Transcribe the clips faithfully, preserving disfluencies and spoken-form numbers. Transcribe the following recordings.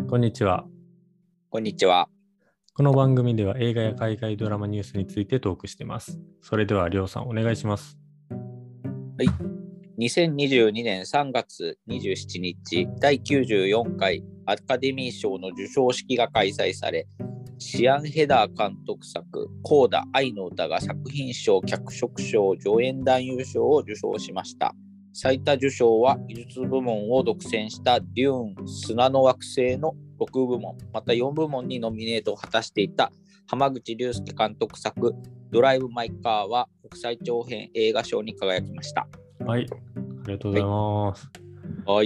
こんにちは。 こんにちは。 この番組では映画や海外ドラマニュースについてトークしています。それではりょうさんお願いします。 はい。にせんにじゅうにねんさんがつにじゅうしちにちだいきゅうじゅうよんかいアカデミー賞の授賞式が開催され、シアン・ヘダー監督作コーダ愛の歌が作品賞、脚色賞、助演男優賞を受賞しました。最多受賞は技術部門を独占したデューン砂の惑星のろくぶもん、またよんぶもんにノミネートを果たしていた濱口竜介監督作ドライブ・マイ・カーは国際長編映画賞に輝きました。 はい、ありがとうございます。 はい。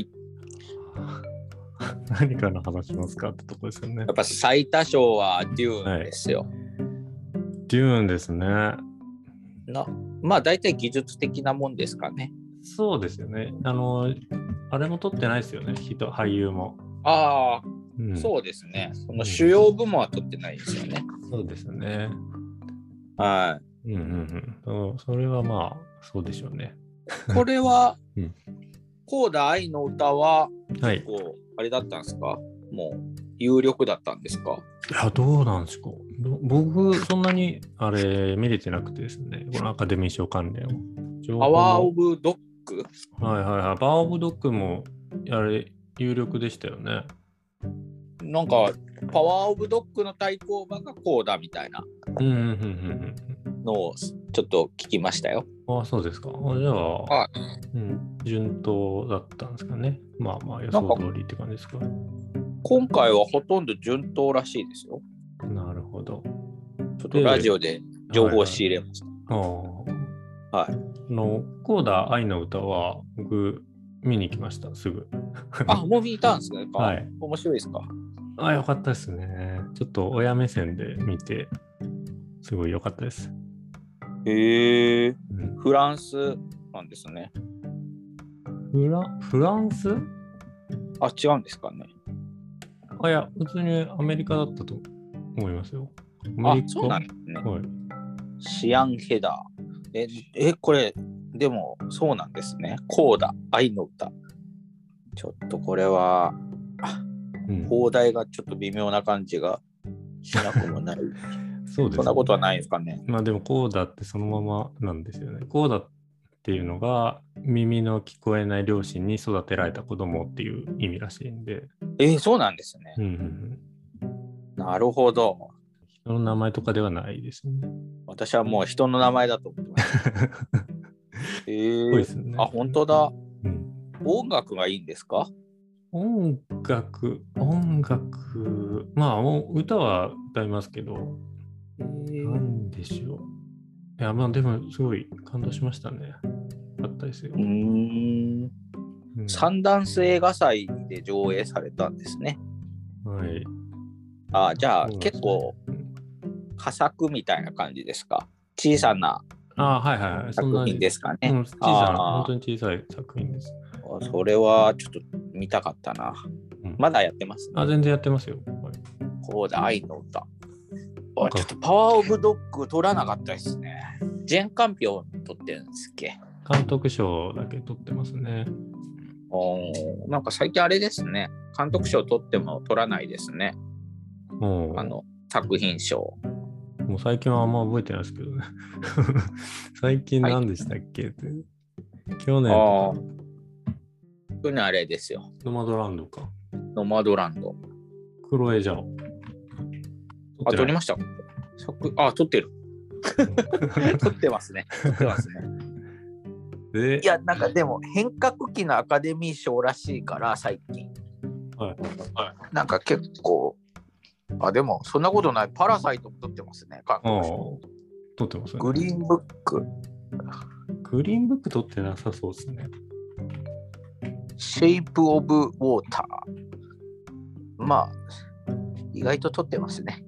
何から話しますかってとこですよね。 やっぱ最多賞はデューンですよ。はい、 デューンですね。 なまあ大体技術的なもんですかね。 そうですよね。あの、あれも取ってないですよね、人、俳優も。 ああ、うん、そうですね。その主要部門は取ってないですよね。 うん、そうですね。 はい。 うんうんうん。それはまあ、そうでしょうね。 これは、 うん、 コーダ愛の歌は、結構、あれだったんですか、はい、もう、有力だったんですか？ いや、どうなんですか。僕、そんなに、あれ、見れてなくてですね、このアカデミー賞関連を。 パワーオブドッグ？ はいはいはい。パワーオブドッグも、あれ、有力でしたよね。 なんか、パワーオブドッグの対抗馬がコーダみたいなのをちょっと聞きましたよ。 ああ、そうですか。あ、じゃあ、 はい、 うん、順当だったんですかね。まあまあ、予想通りって感じですか。 今回はほとんど順当らしいですよ。 なるほど。 ちょっとラジオで情報を仕入れました。 はいはい、ああ。はい。の、コーダ愛の歌は、僕、見に行きました、すぐ。 あ、もう見たんですね。 はい。 面白いですか？ あ、よかったですね。ちょっと親目線で見て、すごいよかったです。 へえ、うん、フランスなんですね。 フラ、フランス？ あ、違うんですかね。 あ、いや、普通にアメリカだったと思いますよ。 あ、そうなんですね。はい、シアン・ヘダー。え、え、これ、でも、そうなんですね。コーダ、愛の歌。ちょっとこれは、うん、放題がちょっと微妙な感じがしなくもない。 そうですね。 そんなことはないですかね。 まあでも、コーダってそのままなんですよね。コーダっていうのが、耳の聞こえない両親に育てられた子供っていう意味らしいんで。 えー、そうなんですね。 うんうんうん、なるほど。 人の名前とかではないですね。 私はもう人の名前だと思ってました。えー、ですね、あ、本当だ、うん。音楽がいいんですか？ 音楽、音楽、まあ、歌は歌いますけど、えー、なんでしょう。いや、まあでも、すごい感動しましたね。あったですよ。 うーん、うん、サンダンス映画祭で上映されたんですね。 はい。 あ、じゃあ、ね、結構、佳作みたいな感じですか？小さな作品ですかね。 うん、小さな、本当に小さい作品です。 それはちょっと見たかったな。うん、まだやってます、ね、 あ、全然やってますよ。はい、 こうだ、愛の歌。ちょっとパワーオブドッグ取らなかったですね。ジェンカンピオン取ってるんですっけ？ 監督賞だけ取ってますね。 おなんか最近あれですね。監督賞取っても取らないですね。あの作品賞。 もう最近はあんま覚えてないですけどね。最近何でしたっけって、はい、去年とか。 去年あれですよ。 ノマドランドか。 ノマドランド。 クロエジャオ。 あ、撮りました。あ、撮ってる。撮ってますね。撮ってますね。でいや、なんかでも変革期のアカデミー賞らしいから最近。はい。はい、なんか結構、あ、でもそんなことない。パラサイトも撮ってますね。韓国賞。 撮ってますね。 グリーンブック。 グリーンブック撮ってなさそうですね。 シェイプオブウォーター。まあ、意外と撮ってますね。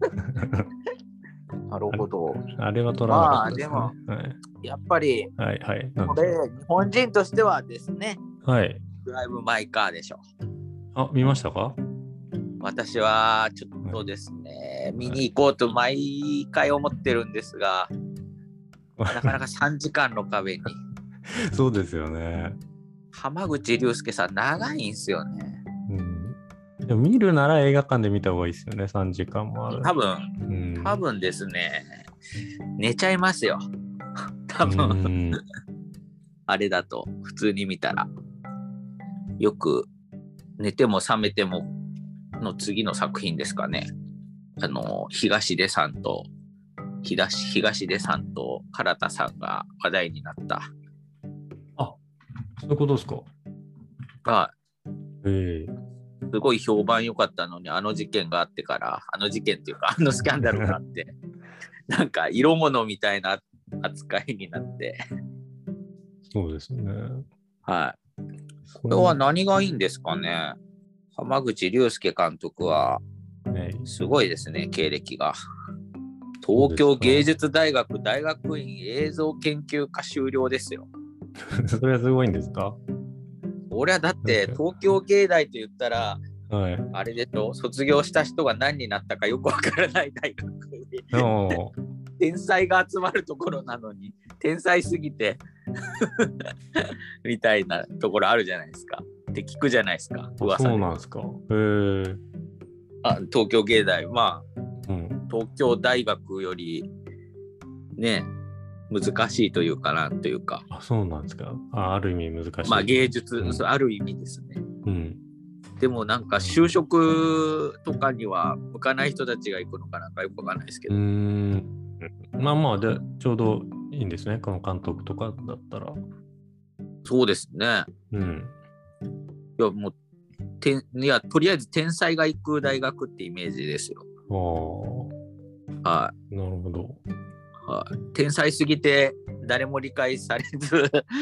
なるほど。 あれは取らなかったですね。 まあでも、はい、やっぱり、 はいはい、 これ日本人としてはですね、 はい、 ドライブ・マイ・カーでしょ。 あ、見ましたか？ 私はちょっとですね、はい、見に行こうと毎回思ってるんですが、はい、なかなかさんじかんの壁に。 そうですよね。 濱口竜介さん長いんですよね。 うん、 でも見るなら映画館で見た方がいいですよね、さんじかんもある。 多分、 うん、 多分ですね、寝ちゃいますよ。多う分、 ん、 あれだと、普通に見たら。よく寝ても覚めてもの次の作品ですかね。あの、東出さんと、東東出さんと唐田さんが話題になった。 あ、そういうことですか。 が、 ええすごい評判良かったのに、あの事件があってから、あの事件っていうか、あのスキャンダルがあって、なんか色物みたいな扱いになって。 そうですね。 はい。これは何がいいんですかね。濱口竜介監督は、すごいですね、経歴が。東京芸術大学大学院映像研究科修了ですよ。 それはすごいんですか？ 俺はだって東京芸大と言ったら、 はい、 あれでしょ、卒業した人が何になったかよくわからない大学で天才が集まるところなのに天才すぎてみたいなところあるじゃないですかって聞くじゃないですか。 噂で。そうなんですか。へえ。 あ、東京芸大、まあ、 うん、 東京大学よりね難しいというかなんというか。 あ、そうなんですか。あ、ある意味難しい。 まあ芸術、 うん、 ある意味ですね。 うん。 でもなんか就職とかには向かない人たちが行くのかなんかよくわかんないですけど。 うーん。まあまあでちょうどいいんですね。この監督とかだったら。 そうですね。 うん。 いやもうていやとりあえず天才が行く大学ってイメージですよ。 ああ。 はい。 なるほど。 はい。天才すぎて誰も理解されず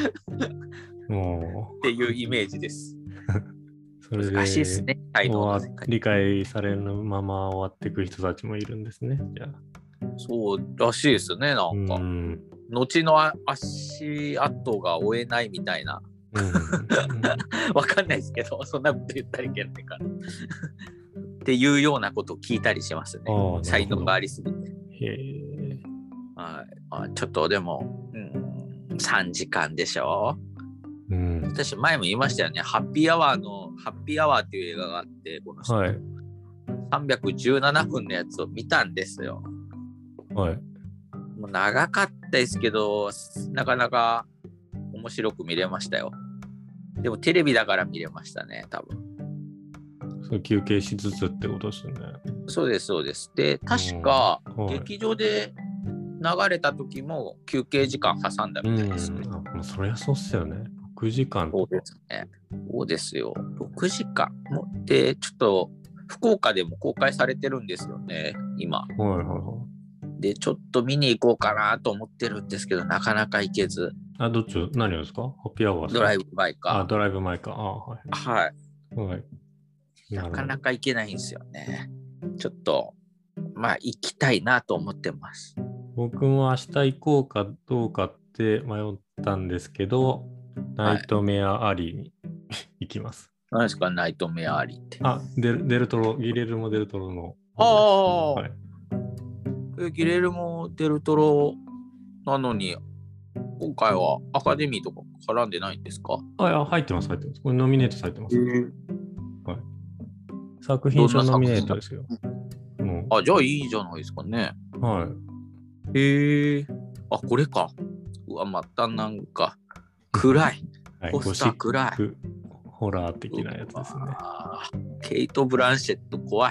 っていうイメージです。 それで難しいですね。 理解されるまま終わっていく人たちもいるんですね。じゃあ。 そうらしいですね。なんか。うん、後の足跡が追えないみたいな。わかんないですけど、そんなこと言ったらいけないから。っていうようなことを聞いたりしますね。才能がありすぎて。へはい、あちょっとでも、うん、さんじかんでしょ。うん、私前も言いましたよね。ハッピーアワーのハッピーアワーっていう映画があって、この人、はい、さんびゃくじゅうななふんのやつを見たんですよ。はい。もう長かったですけど、なかなか面白く見れましたよ。でもテレビだから見れましたね、多分。 それ休憩しつつってことですよね。 そうです、そうです。で、確か、劇場で流れた時も休憩時間挟んだみたいですね。 うん、あ、そりゃそうっすよね。ろくじかんとか。 そうですね。そうですよ。ろくじかん。もで、ちょっと、福岡でも公開されてるんですよね、今。はいはいはい。で、ちょっと見に行こうかなと思ってるんですけど、なかなか行けず。 あ、どっち、何ですか？ハッピーアワーですか？ ドライブ・マイカー。 あ、ドライブ・マイカー。あ、はい。 はい。 はい。 なかなか行けないんですよね。ちょっと、まあ、行きたいなと思ってます。 僕も明日行こうかどうかって迷ったんですけど、ナイトメアアリーに行きます。 何ですか、ナイトメアアリーって。 あ、デル、デルトロ、ギレルモ・デルトロの。 ああ、はい、え、ギレルモ・デルトロなのに、今回はアカデミーとか絡んでないんですか？ あ、いや、入ってます、入ってます。これノミネートされてます。はい、作品賞ノミネートですよ。 うん、あ、じゃあいいじゃないですかね。 はい。 へえ。あ、これか。うわ、またなんか、暗い。はい、ポスター暗い。 ホラー的なやつですね。 ケイト・ブランシェット怖い。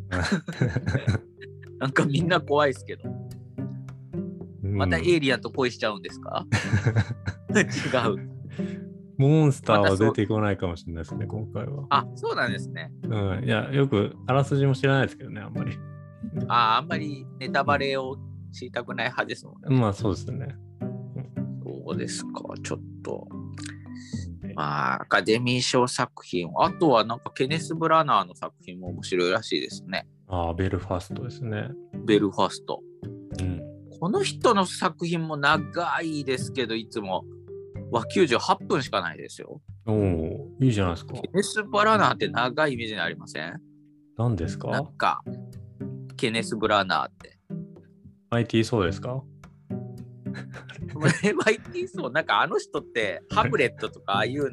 なんかみんな怖いですけど。またエイリアンと恋しちゃうんですか？違う。 モンスターは出てこないかもしれないですね、今回は。 あ、そうなんですね。 うん。いや、よくあらすじも知らないですけどね、あんまり。 あ、あんまりネタバレを知りたくない派ですもんね。 まあ、そうですね。 そうですか、ちょっと。まあ、アカデミー賞作品、あとはなんかケネス・ブラナーの作品も面白いらしいですね。 ああ、ベルファストですね。 ベルファスト。 うん、 この人の作品も長いですけど、いつもはきゅうじゅうはっぷんしかないですよ。 おお、いいじゃないですか。 ケネス・ブラナーって長いイメージにありません？ 何ですか？ なんか、ケネス・ブラナーって。 アイティー そうですか？ マイティーそう、なんかあの人ってハムレットとかああいうの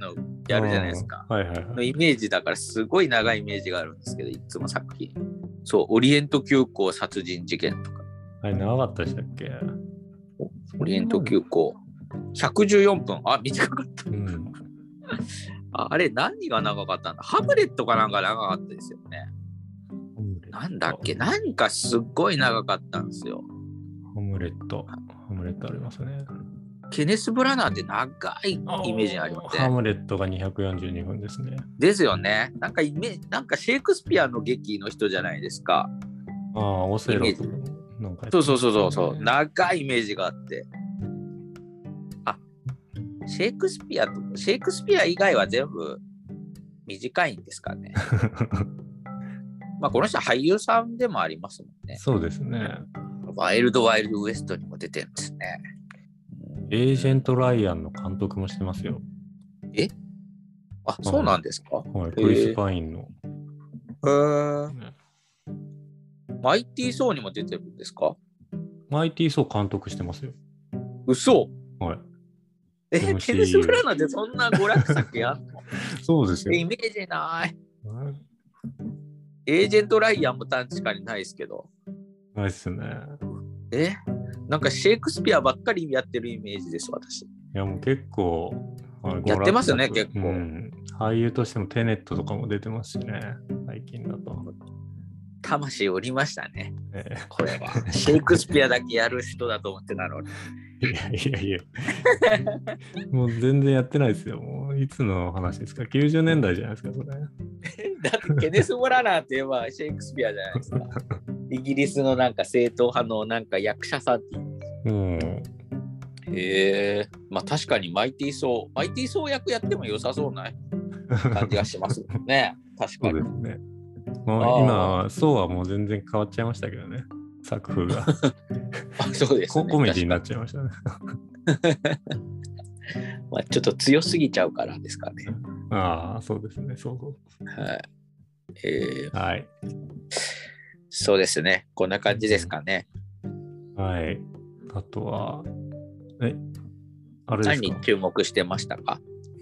やるじゃないですか。 はいはいはい。 のイメージだからすごい長いイメージがあるんですけど、いつも作品。そう、オリエント急行殺人事件とか。 あれ長かったでしたっけ？ オリエント急行。ひゃくじゅうよんぷん。あ、短かった。 うん。 ああれ、何が長かったんだ？ハムレットかなんか長かったですよね。なんだっけ？何かすっごい長かったんですよ。 ハムレット。ハムレットありますね。 ケネス・ブラナーって長いイメージありますね。 ハムレットがにひゃくよんじゅうにふんですね。 ですよね。なんかイメージ、なんかシェイクスピアの劇の人じゃないですか。 ああ、オセロとかなんか、 そうそうそうそうそう。長いイメージがあって。あ、シェイクスピアと、シェイクスピア以外は全部短いんですかね。まあこの人は俳優さんでもありますもんね。 そうですね。 ワイルド・ワイルド・ウエストにも出てるんですね。 エージェント・ライアンの監督もしてますよ。 えあ、そうなんですか？ はい、クリス・パインの。 へー。ね、マイティー・ソーにも出てるんですか？ マイティー・ソー監督してますよ。 嘘？ はい。 え、ケネス・ブラナーってそんな娯楽作やんの？ そうですよ。 イメージない。エージェント・ライアンも確かにないですけど。 ないっすね。 えなんかシェイクスピアばっかりやってるイメージです、私。いや、もう結構、 やってますよね、結構、 うん。俳優としてもテネットとかも出てますしね、最近だと。 魂おりましたね、 えー、これは。シェイクスピアだけやる人だと思ってたのに。 いやいやいや。もう全然やってないですよ。もういつの話ですか？きゅうじゅうねんだいじゃないですか、それ。 だってケネス・ブラナーって言えばシェイクスピアじゃないですか。イギリスのなんか正統派のなんか役者さんっていう。うん。へえ。まあ確かにマイティー・ソー、マイティー・ソー役やっても良さそうな感じがしますね。確かに。 そうですね。もう今、ソーはもう全然変わっちゃいましたけどね。作風が。 あ、そうですね。 コメディになっちゃいましたね。 まあちょっと強すぎちゃうからですかね。 ああ、そうですね。そうそう。 はい。えー、 はい。 そうですね。こんな感じですかね。 はい。あとは、え、あれですか？ 何に注目してましたか？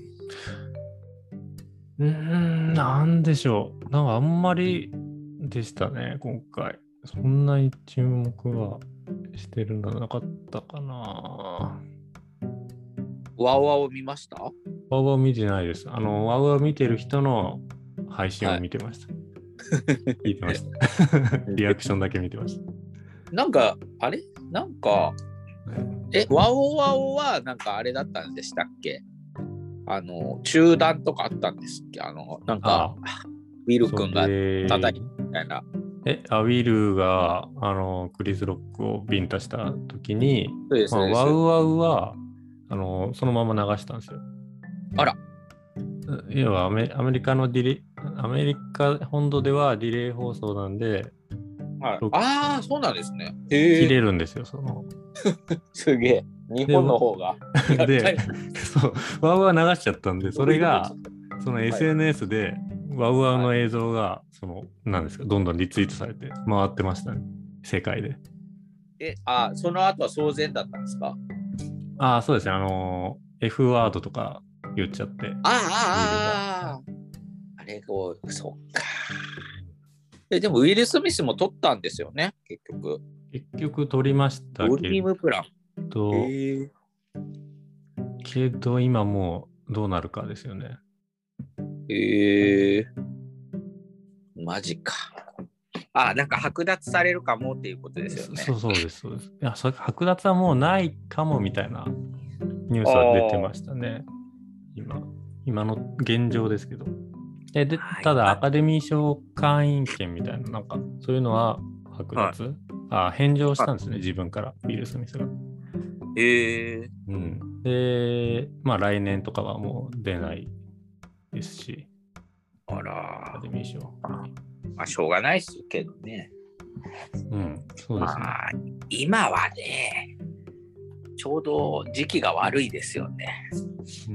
うーん、なんでしょう。なんかあんまりでしたね、今回。そんなに注目はしてるのなかったかな。 ワウワウを見ました？ ワウワウ見てないです。あの、ワウワウ見てる人の配信を見てました。はい、聞いてました。リアクションだけ見てました。 なんか、あれなんか、え、ワオワオはなんかあれだったんでしたっけ？あの、中断とかあったんですっけ？あの、なんか、ウィル君が叩いてみたいな。 え、あウィルがあのクリス・ロックをビンタした時に、まあ、ワウワウはあのそのまま流したんですよ。 あら。 要はアメ、アメリカのディレアメリカ本土ではディレイ放送なんで、 はい、ああ、そうなんですね。 切れるんですよ、その。 すげえ。日本の方が。 で、そう、ワウワウ流しちゃったんで、それが、その エスエヌエス で、ワウワウの映像が、その、なんですか、どんどんリツイートされて回ってましたね、世界で。 え、あ、その後は騒然だったんですか？ ああ、そうですね、あの、F ワードとか言っちゃって。 ああ、ああ、あれこう、そっか。え、でもウィル・スミスも取ったんですよね、結局。 結局取りましたけど。 ドリームプラン。 と、けど今もうどうなるかですよね。 へえー、マジか。あ、なんか剥奪されるかもっていうことですよね。 そうそうです、そうです。いや、それ剥奪はもうないかもみたいなニュースは出てましたね。今、今の現状ですけど。で、でただアカデミー賞会員権みたいな、なんかそういうのは剥奪、はい、あ返上したんですね、自分から、ウィル・スミスが。 へえー。 うん。で、まあ来年とかはもう出ないですし。 あら。 アカデミー賞。 まあ、しょうがないですけどね。 うん、そうですね。まあ、 今はね、ちょうど時期が悪いですよね。うん。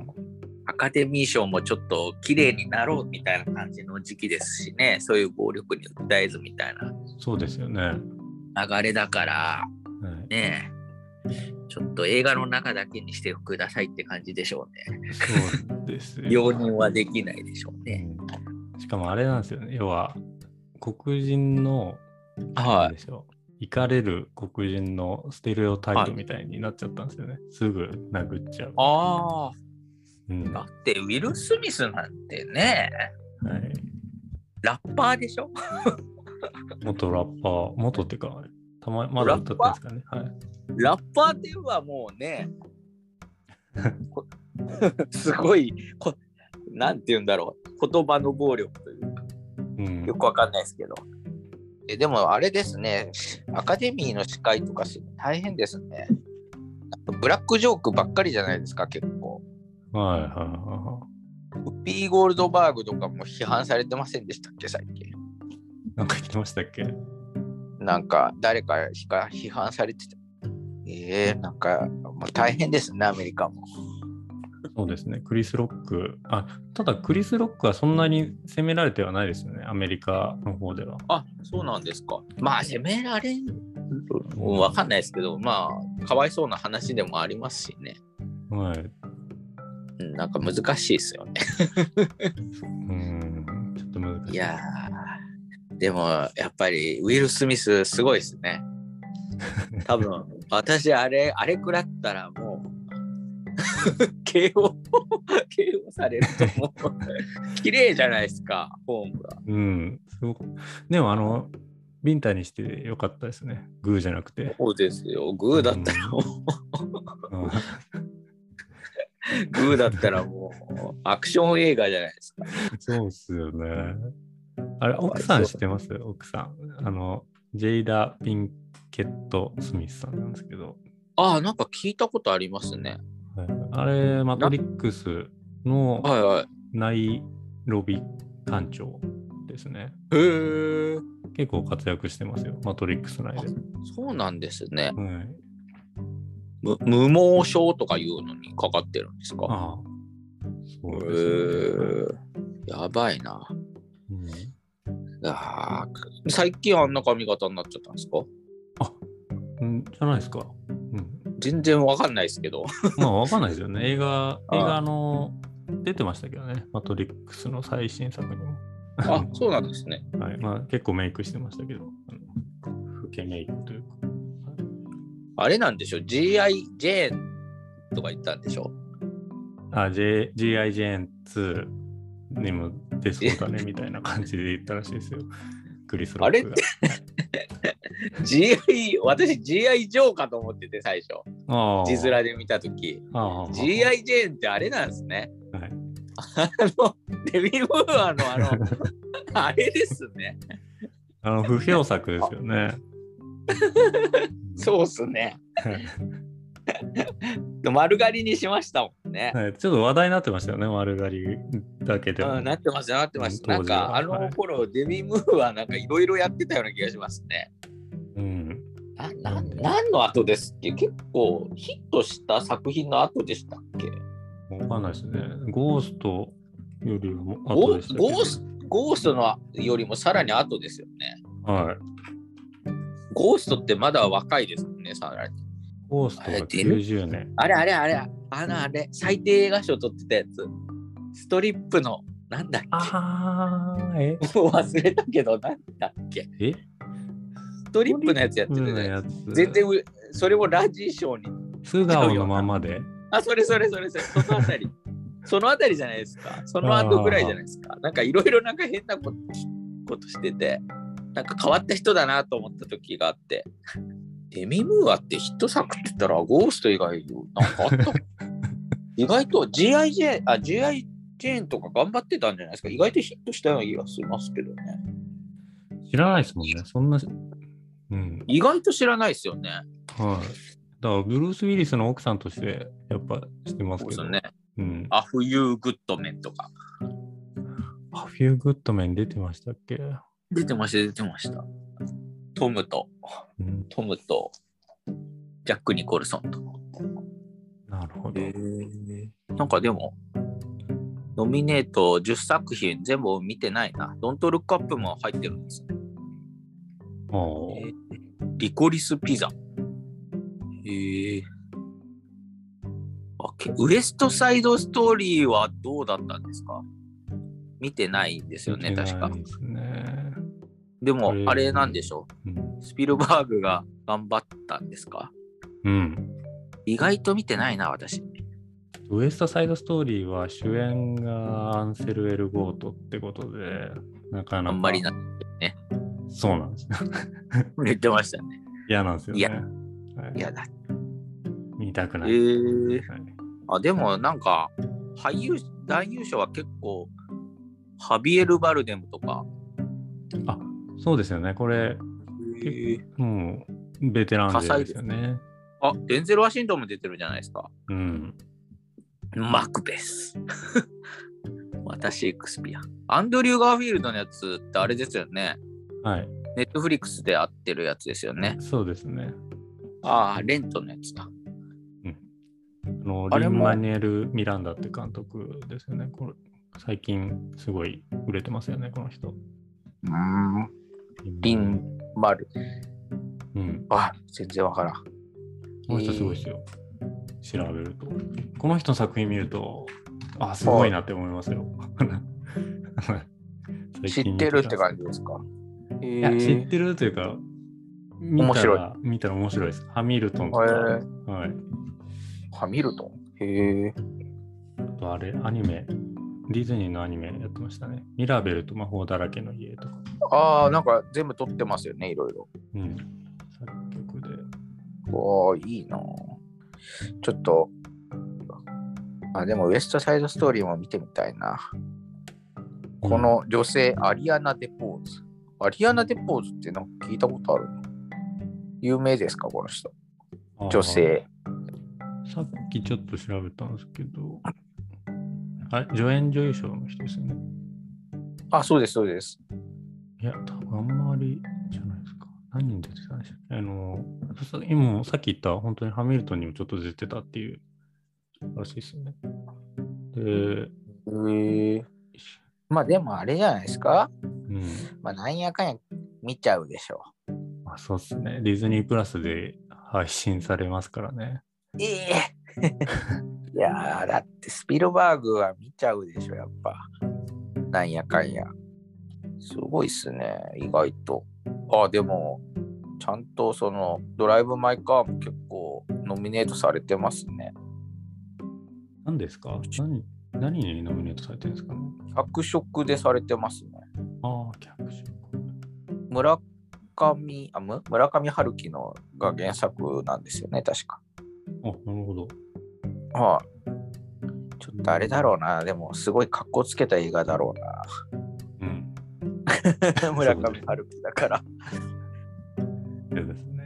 アカデミー賞もちょっと綺麗になろうみたいな感じの時期ですしね、そういう暴力に訴えずみたいな。 そうですよね。 流れだから、はい、ね、 ちょっと映画の中だけにしてくださいって感じでしょうね。 そうですよ。 容認はできないでしょうね。 うん、しかもあれなんですよね。要は、黒人の、 はい。 なんでしょう。イかれる黒人のステレオタイプみたいになっちゃったんですよね。はい、すぐ殴っちゃう。 ああ、 うん。 だってウィル・スミスなんてね、 はい、 ラッパーでしょ。 元ラッパー、元ってか、たままだ歌ってるんですかね。はい。 ラッパーではもうね、すごいこ、なんて言うんだろう、言葉の暴力というか、うん、よくわかんないですけど。えでもあれですね、アカデミーの司会とか大変ですね。ブラックジョークばっかりじゃないですか、結構。 はいはいはい。 ウッピー・ゴールドバーグとかも批判されてませんでしたっけ、最近。 なんか言ってましたっけ？ なんか誰かが批判されてた。えー、なんかもう大変ですね、アメリカも。 そうですね、クリス・ロック。あ、ただクリス・ロックはそんなに責められてはないですよね、アメリカの方では。 あ、そうなんですか。まあ責められん、わかんないですけど、まあかわいそうな話でもありますしね。 はい。 なんか難しいですよね。 うん、ちょっと難しい。 いやー、でもやっぱりウィル・スミスすごいですね。多分私あれあれ食らったらもうケーオー ケーオー されると思う。綺麗じゃないですか、フォームが。 うん、すごく。でもあのビンタにしてよかったですね。グーじゃなくて。 そうですよ。グーだったらもう、うん、グーだったらもうアクション映画じゃないですか。 そうっすよね。あれ、奥さん知ってます？奥さん。あの、ジェイダ・ピンケット・スミスさんなんですけど。 ああ、なんか聞いたことありますね。 はい、あれ、マトリックスのナイロビ艦長ですね。 はいはい、へえ。 結構活躍してますよ、マトリックス内で。 そうなんですね。 はい、 無, 無毛症とかいうのにかかってるんですか？ ああ、そうですね。 やばいな。 うん、 あ、最近あんな髪型になっちゃったんですか？ あ、んじゃないですか。うん、 全然わかんないですけど。 まあわかんないですよね。映画、映画の出てましたけどね、マトリックスの最新作にも。 あ、そうなんですね。 はい、まあ結構メイクしてましたけど、老けメイクというか。 あれなんでしょう、ジーアイ ジェーンとか言ったんでしょ？ あ、J、ジーアイ ジェーンツーにも出そうだねみたいな感じで言ったらしいですよ。クリス・ロックが。 あれ ジーアイ、私 ジーアイ ジョーかと思ってて最初。字面で見たとき。ジーアイ ジェーンってあれなんですね。はい、あの、デビー・ムーアのあの、あれですね。 あの、不評作ですよね。 そうっすね。丸刈りにしましたもんね、 はい。ちょっと話題になってましたよね、丸刈りだけでも。 うん、なってますなってます。なんかあの頃、はい、デビー・ムーはなんかいろいろやってたような気がしますね。 うん。 な、な、何の後ですっけ？結構ヒットした作品の後でしたっけ？ わかんないですね。ゴーストよりも後でしたけど。 ゴース、ゴーストのよりもさらに後ですよね。 はい。 ゴーストってまだ若いですもんね、さらに。 ゴーストがきゅうじゅうねん。 あれあれあれ、あのあれ、最低映画賞取ってたやつ。ストリップの、なんだっけ？ ああ、えもう忘れたけど、なんだっけ？ えストリップのやつやってるね。全然、それをラジー賞に。 素顔のままで。 あ、それそれそれそれ、そのあたり。そのあたりじゃないですか。その後ぐらいじゃないですか。なんかいろいろなんか変なこと、ことしてて、なんか変わった人だなと思った時があって。デミムーアってヒット作って言ったらゴースト以外なんかあった意外と ジーアイ ジェーン、あ、ジーアイ ジェーンとか頑張ってたんじゃないですか。意外とヒットしたような気がしますけどね。 知らないですもんね。そんな、うん、 意外と知らないですよね。はい。 だからブルース・ウィリスの奥さんとしてやっぱ知ってますけど。そうですね。うん、 アフユー・グッドメンとか。 アフユー・グッドメン出てましたっけ？ 出てました、出てました。トムと、うん、トムとジャック・ニコルソンと。 なるほど。 なんかでも、ノミネートじゅっさく品全部見てないな。ドントルックアップも入ってるんですね。 あー、 リコリス・ピザ。へえ。 ウエストサイドストーリーはどうだったんですか？見てないんですよね、確か。 ですね。 でも、あれなんでしょう、 うん、 スピルバーグが頑張ったんですか？ うん。 意外と見てないな、私。 ウエストサイドストーリーは主演がアンセル・エル・ゴートってことで、なかなか。 あんまりなね。 そうなんですよ。 言ってましたね。 嫌なんですよね。 いや、 はい、 嫌だ。 見たくない。 えーはい、 あ、でもなんか、俳優、男優賞は結構、ハビエル・バルデムとか。 あ、そうですよね。これ、 えー、 もう、ベテラン勢ですよね。 あ、デンゼル・ワシントンも出てるじゃないですか。 うん。 マクベス。またシェイクスピア。アンドリュー・ガーフィールドのやつってあれですよね。 はい。 ネットフリックスで合ってるやつですよね。 そうですね。 ああ、レントのやつだ。 うん。あのリン・マニュエル・ミランダって監督ですよね。これ最近すごい売れてますよね、この人。 うーん。リン・マル。 うん。 あ、全然わからん。 この人すごいですよ。調べると。この人の作品見ると、あ、すごいなって思いますよ。 知ってるって感じですか？ いや、知ってるというか、見たら面白い。見たら面白いです。ハミルトンとか。はい。 ハミルトン？へえ。 あとあれ、アニメ。ディズニーのアニメやってましたね。ミラベルと魔法だらけの家とか。 ああ、なんか全部撮ってますよね、いろいろ。 うん。作曲で。 おー、いいな。ちょっと、あ、でもウエストサイドストーリーも見てみたいな。うん、この女性、アリアナ・デポーズ。アリアナ・デポーズってなんか聞いたことあるの？有名ですか、この人。女性。 さっきちょっと調べたんですけど、あ、助演女優賞の人ですよね。 あ、そうです、そうです。 いや、多分あんまりじゃないですか。何人出てたんでしたっけ？あの、今さっき言った本当にハミルトンにもちょっと出てたっていうらしいですよね。で、 えー、まあでもあれじゃないですか。うん。まあなんやかんや見ちゃうでしょう。 まあそうっすね。ディズニープラスで配信されますからね。 ええー、いやー、だってスピルバーグは見ちゃうでしょ、やっぱ。なんやかんや。すごいっすね、意外と。あ、でも、ちゃんとそのドライブ・マイ・カーも結構ノミネートされてますね。 何ですか？何、何にノミネートされてるんですかね？ 脚色でされてますね。 ああ、脚色。 村上、あ、村上春樹のが原作なんですよね、確か。 あ、なるほど。 はい、あ、ちょっとあれだろうな、でもすごい格好つけた映画だろうな。うん。村上春樹だから。 嫌ですね。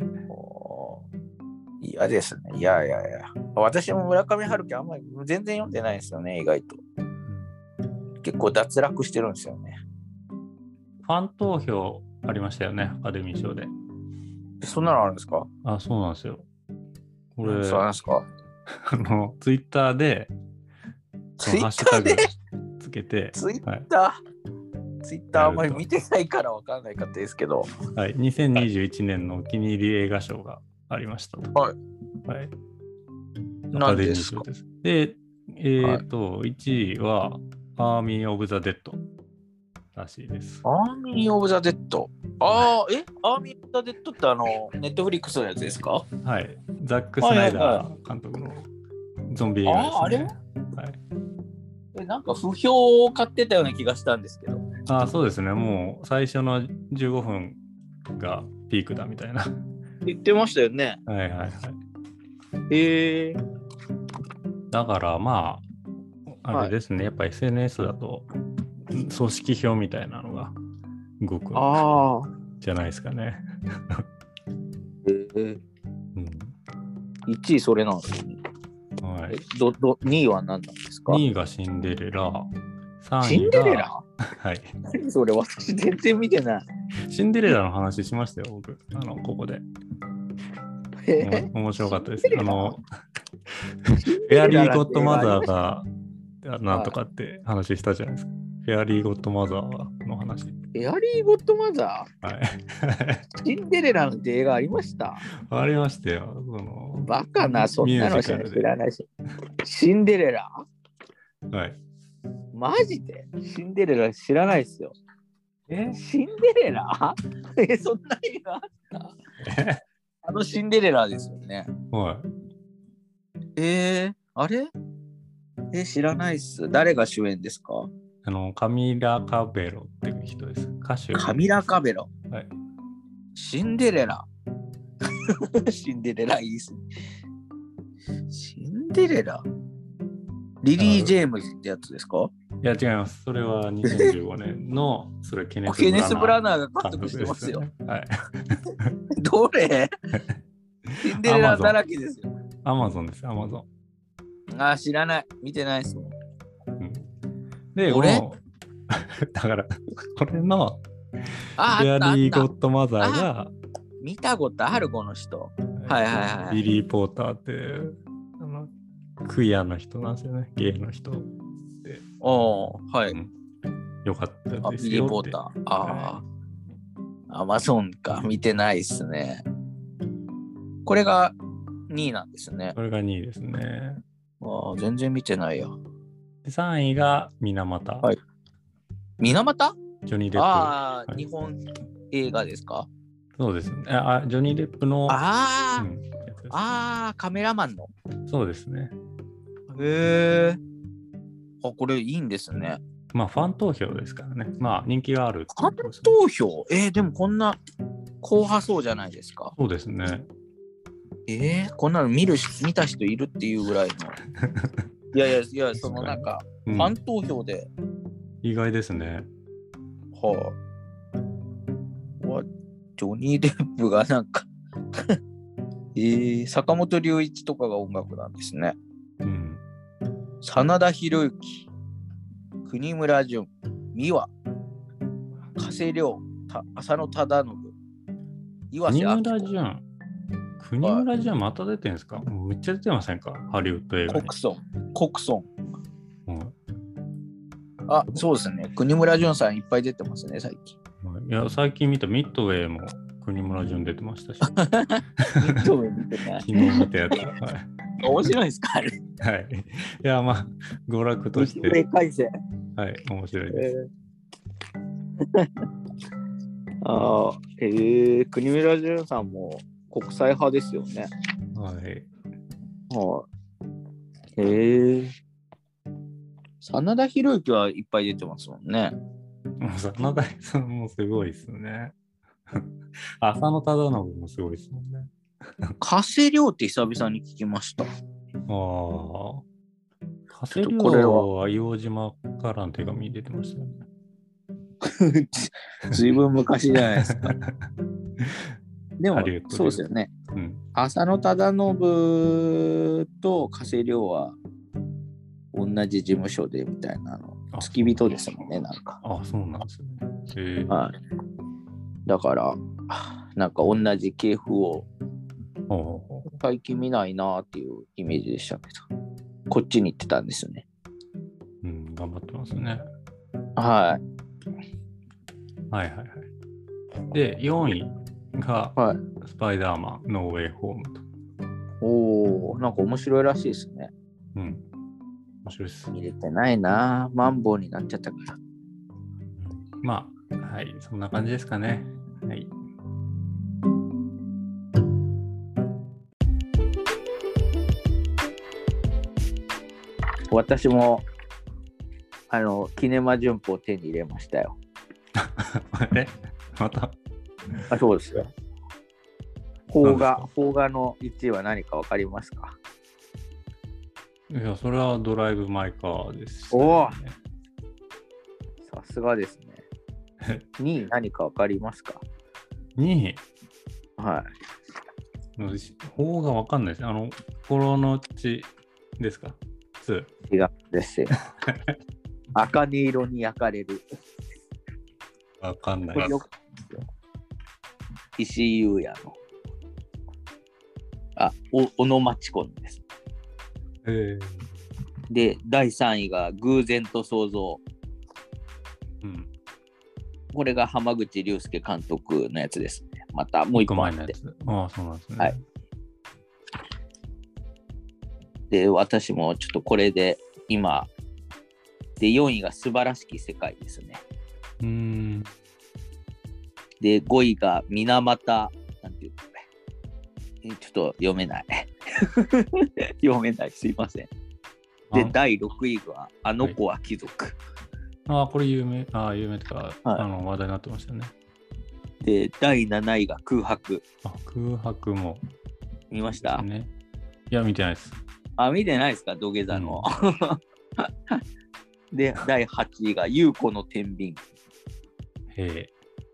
嫌ですね。いやいやいや。私も村上春樹あんまり全然読んでないですよね、意外と。うん、結構脱落してるんですよね。 ファン投票ありましたよね、アカデミー賞で。 そんなのあるんですか？ あ、そうなんですよ。これ、 そうなんですか？ あの、ツイッターで、 ツイッターでつけて、 ツイッター、はい、ツイッターあんまり見てないから分かんないかったですけど。 はい、にせんにじゅういちねんのお気に入り映画賞がありましたと。 はい。 はい。 何ですか？ で、えっと、はい、いちいは、アーミー・オブ・ザ・デッドらしいです。 アーミー・オブ・ザ・デッド。ああ、えアーミー・オブ・ザ・デッドってあの、ネットフリックスのやつですか？ はい。ザック・スナイダー監督のゾンビ映画ですね。あ、あれは、はい、 え、なんか不評を買ってたような気がしたんですけど。 ああ、そうですね。もう最初のじゅうごふんがピークだみたいな。 言ってましたよね。 はいはいはい。 へえー。 だからまあ、あれですね。はい、やっぱ エスエヌエス だと組織票みたいなのが動くじゃないですかね。 へえー。うん、いちいそれなんですね。はい。どどにいは何なんですか？ にいがシンデレラ。さんいがシンデレラ？ はい。 何それ、私全然見てない。 シンデレラの話しましたよ、僕。あの、ここで。え面白かったです。あの、フェアリー・ゴッドマザーがなんとかって話したじゃないですか。 フェアリーゴッドマザーの話。 フェアリーゴッドマザはい。 ーシンデレラの映画ありました？ ありましたよ。そのバカな、そんなの知ミュージカルでらないし。シンデレラはい。 マジでシンデレラ知らないですよ。 えシンデレラえ、そんな映画あったえあのシンデレラですよね。 はえー、あれえ、知らないっす。誰が主演ですか？ い。あの、カミラ・カベロっていう人です。歌手。 カミラ・カベロ。 はい。 シンデレラ。シンデレラいいっすね。シンデレラリリー・ジェームズってやつですか？ いや、違います。それはにせんじゅうごねんの、それケネス・ケネス・ブラナナーが監督してますよ。 ね、はい。 どれシンデレラだらけですよ。 アマゾンです、アマゾン。あ、知らない。見てないっすもん。 うん、で、 俺だから、これの、 あ、 フェアリー・あったあったゴッドマザーが、 見たことあるこの人。はいはいはい。 ビリー・ポーターっていうあのクイアの人なんですよね、ゲイの人で。 おー、はい、 うん。よかったですよって。 ビリー・ポーター。ああ、アマゾンか。見てないっすね。これがにいなんですね。 これがにいですね。 ああ、全然見てないよ。 でさんいが水俣。 はい。水俣？ ジョニー・デップ。 ああ、 はい、 日本映画ですか？ そうですね。あ、ジョニー・デップの。 ああ、 うん、 ああ、カメラマンの。 そうですね。 へえ。あ、これいいんですね。 まあ、ファン投票ですからね。まあ、人気がある、ね。 ファン投票えー、でもこんな高派そうじゃないですか。 そうですね。 えー、こんなの見る見た人いるっていうぐらいの。いやいやいや、そのなんか、ファン投票で。 意外ですね。 はあ。わジョニー・デップがなんかえー、坂本龍一とかが音楽なんですね。 うん。 真田広之、国村淳、三輪、加瀬亮、浅野忠信、岩瀬明子。 国村淳。国村淳また出てるんですか？もうめっちゃ出てませんか？ハリウッド映画に。 コクソン。コクソン。 うん、 あ、そうですね。国村淳さんいっぱい出てますね、最近。 いや、最近見たミッドウェイも国村淳出てましたし。 ミッドウェイ見てない。 昨日見たやつ。はい、 面白いですかあれ。 はい。いや、まあ、娯楽として。 ミッドウェイ改正。 はい、面白いです。 えー、ああ、えー、国村淳さんも国際派ですよね。 はい。 はい。えー。真田広之はいっぱい出てますもんね。 真田さんもすごいですね。浅野忠信もすごいですもんね。 加瀬亮って久々に聞きました。ああ。加瀬亮は硫黄島からの手紙出てましたよね。 ずいぶん昔じゃないですか。でも、そうですよね。うん、浅野忠信と加瀬亮は同じ事務所でみたいなの。付き人ですもんね、なんか。 あ、そうなんですね。へー、 はい。だから、なんか同じ系譜を最近見ないなっていうイメージでしたけど、こっちに行ってたんですね。 うん、頑張ってますね。 はい。 はいはいはい。で、よんいが、はい、スパイダーマン、ノーウェイホームと。 おー、なんか面白いらしいですね。 うん。面白いです。 見れてないな。マンボウになっちゃったから。 まあ、はい、そんな感じですかね。はい。 私も、あの、キネマ旬報を手に入れましたよ。 えまたあ、そうですよ。邦画、邦画のいちいは何か分かりますか？ いや、それはドライブ・マイ・カーです、 ね。おお、さすがですね。にい何か分かりますか？ にいはい。 邦画分かんないです。あの、心の血ですか？に違うですよ。茜色に焼かれる。 わかんない。 石井優也の。あ、お小野町子です。 えー、 で、だいさんいが偶然と想像。 うん。 これが濱口竜介監督のやつですね。またもう一個前のやつ。 ああ、そうなんですね。 はい。で、私もちょっとこれで今、で、よんいが素晴らしき世界ですね。 うーん。 で、ごいが水俣、なんていうのこれ。ちょっと読めない。読めない、すいません。で、だいろくいがあの子は貴族。はい、 ああ、これ有名、ああ、有名ってか、はい、あの話題になってましたね。 で、だいなないが空白。 あ、空白も。 見ました？ ね。いや、見てないです。 あ、見てないですか、土下座の。うん、で、だいはちいが優子の天秤。 へえ。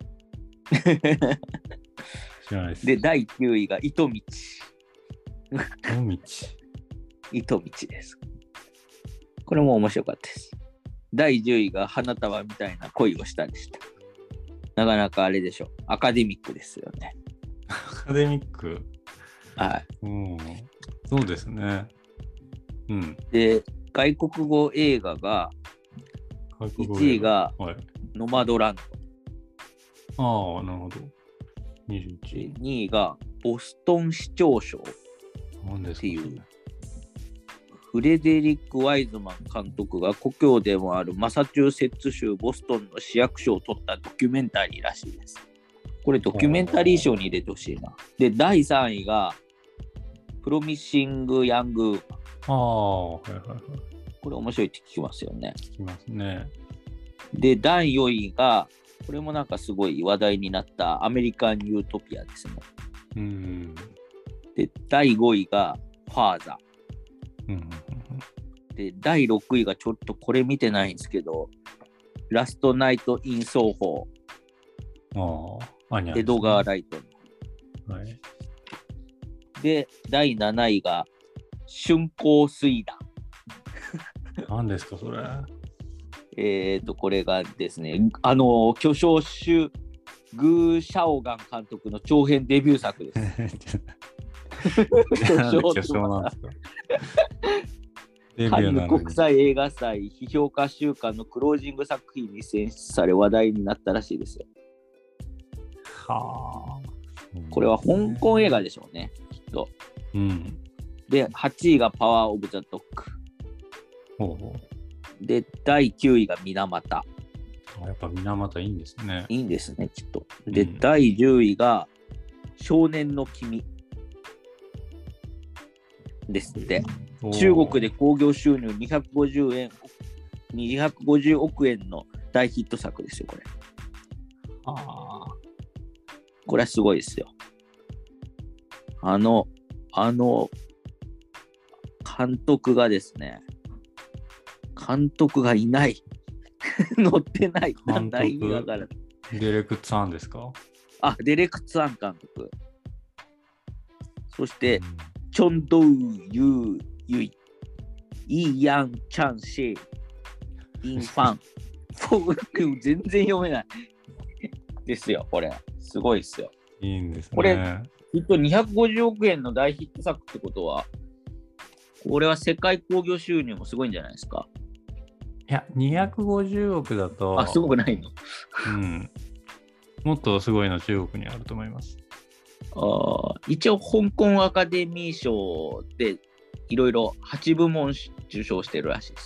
知らないです。 で、だいきゅういが糸道。 糸道。 糸道です。これも面白かったです。だいじゅういが花束みたいな恋をしたりした。なかなかあれでしょ。アカデミックですよね。 アカデミック。 はい。 うん。そうですね。うん。 で、外国語映画が、いちいがノマドランド。 はい、ああ、なるほど。にじゅういちい。 にいがボストン市長賞っていう。フレデリック・ワイズマン監督が故郷でもあるマサチューセッツ州ボストンの市役所を取ったドキュメンタリーらしいです。これドキュメンタリー賞に入れてほしいな。で、だいさんいがプロミッシング・ヤング・ああ、はいはいはい。 これ面白いって聞きますよね。 聞きますね。 で、だいよんいが、これもなんかすごい話題になったアメリカン・ユートピアですね。 うん。 で、だいごいがファーザー。うん。 で、だいろくいがちょっとこれ見てないんですけど、ラストナイト・イン・ソーホー。ああ、ね、 エドガー・ライトの。はい。 で、だいなないが春光水団。 何ですか、それ。 えっと、これがですね、あの、巨匠主グー・シャオガン監督の長編デビュー作です。 巨匠なんですか。 カンヌ国際映画祭批評家週間のクロージング作品に選出され話題になったらしいですよ。 はあ。 これは香港映画でしょうね、きっと。 うん。 で、はちいがパワーオブザドッグ。 ほうほう。で、だいきゅういが水俣。 あ、やっぱ水俣いいんですね。 いいんですね、きっと。で、うん、だいじゅういが少年の君。ですって。中国で興行収入にひゃくごじゅうえん、にひゃくごじゅうおくえんの大ヒット作ですよ、これ。 ああ。 これはすごいですよ。あの、あの、監督がですね、監督がいない。乗ってない。なんだ意味わからない。 デレク・ツァンですか？ あ、デレク・ツァン監督。そして、うん、チョンドウ・ユー・ユイ、イー・ヤン・チャン・シェイ、イン・ファン。全然読めない。ですよ、これ。すごいですよ。 いいんですね。 これ、きっとにひゃくごじゅうおくえんの大ヒット作ってことは、これは世界興行収入もすごいんじゃないですか。 いや、にひゃくごじゅうおくだと。 あ、すごくないの？ うん。もっとすごいの中国にあると思います。 あ、一応、香港アカデミー賞でいろいろはちぶもん受賞してるらしいです。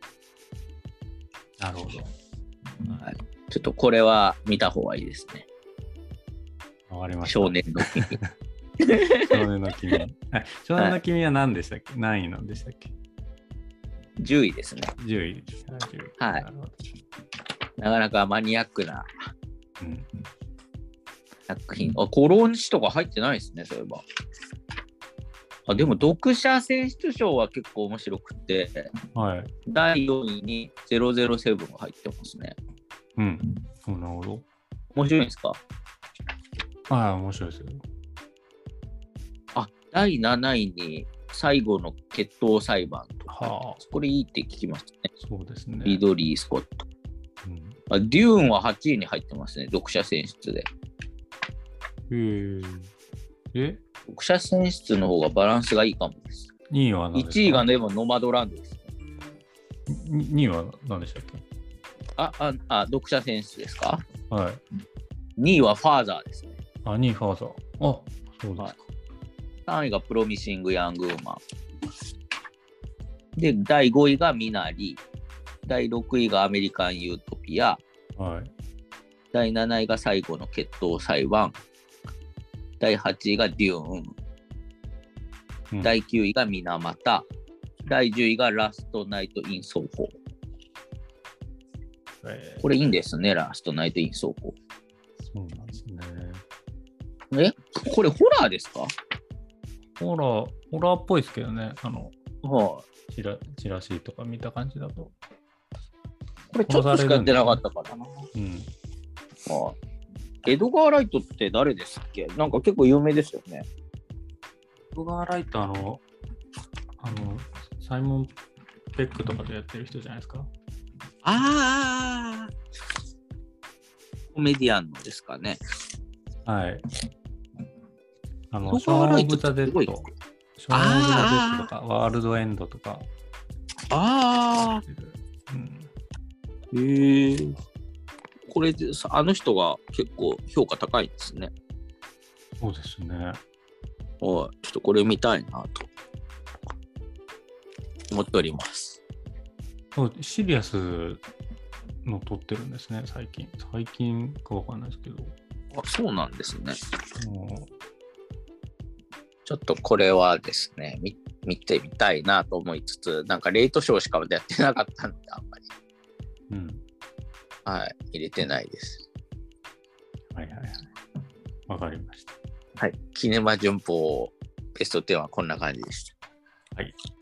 なるほど。 はい、ちょっとこれは見た方がいいですね。 わかりました。 少年の君。 少年の君。少年の君は何でしたっけ？はい、何位なんでしたっけ？ じゅういですね。 じゅうい。 はい。な, なかなかマニアックな作品。うん、あ、コロン誌とか入ってないですね、そういえば。あ、でも読者選出賞は結構面白くて、 はい、 だいよんいにゼロゼロセブンが入ってますね。 うん。なるほど。 面白いんですか？ ああ、面白いですよ。 あ、だいなないに最後の決闘裁判とか、はあ、これいいって聞きますね。 そうですね。 リドリー・スコット。うん、あ、デューンははちいに入ってますね、読者選出で。 へー。え読者選出の方がバランスがいいかもです。 にいは何ですか？ いちいがでもノマドランドです。 にいは何でしたっけ？ あ、あ、あ、読者選手ですか？ はい。 にいはファーザーですね。 あ、にいファーザー。あ、そうですか。 はい、さんいがプロミシング・ヤング・ウーマン。で、だいごいがミナリ。だいろくいがアメリカン・ユートピア。 はい。 だいなないが最後の決闘裁判。だいはちいがデューン。うん、だいきゅういが水俣。だいじゅういがラストナイト・イン・奏法。えー、これいいんですね、ラストナイト・イン・奏法。 そうなんですね。 え、これホラーですか？ ホラー、ホラーっぽいですけどね。あの、 はあ、チラ、チラシとか見た感じだと。 これちょっとしかやってなかったからな。 うん。 はあ、エドガー・ライトって誰ですっけ？なんか結構有名ですよね。 エドガー・ライト、あの、あの、サイモン・ペックとかでやってる人じゃないですか。 ああ、コメディアンのですかね。 はい。あの、ショーン・オブ・ザ・デッド、ショーン・オブ・ザ・デッドとか、ワールド・エンドとか。 ああ、うん、へえ。これであの人が結構評価高いんですね。 そうですね。 おい、ちょっとこれ見たいなと思っております。 シリアスの撮ってるんですね、最近。最近かわかんないですけど。 あ、そうなんですね。ちょっとこれはですね、見、見てみたいなと思いつつ、なんかレイトショーしかやってなかったので、あんまり。 うん。 はい、入れてないです。 はいはいはい。わかりました。 はい。キネマ旬報ベストじゅうはこんな感じでした。 はい。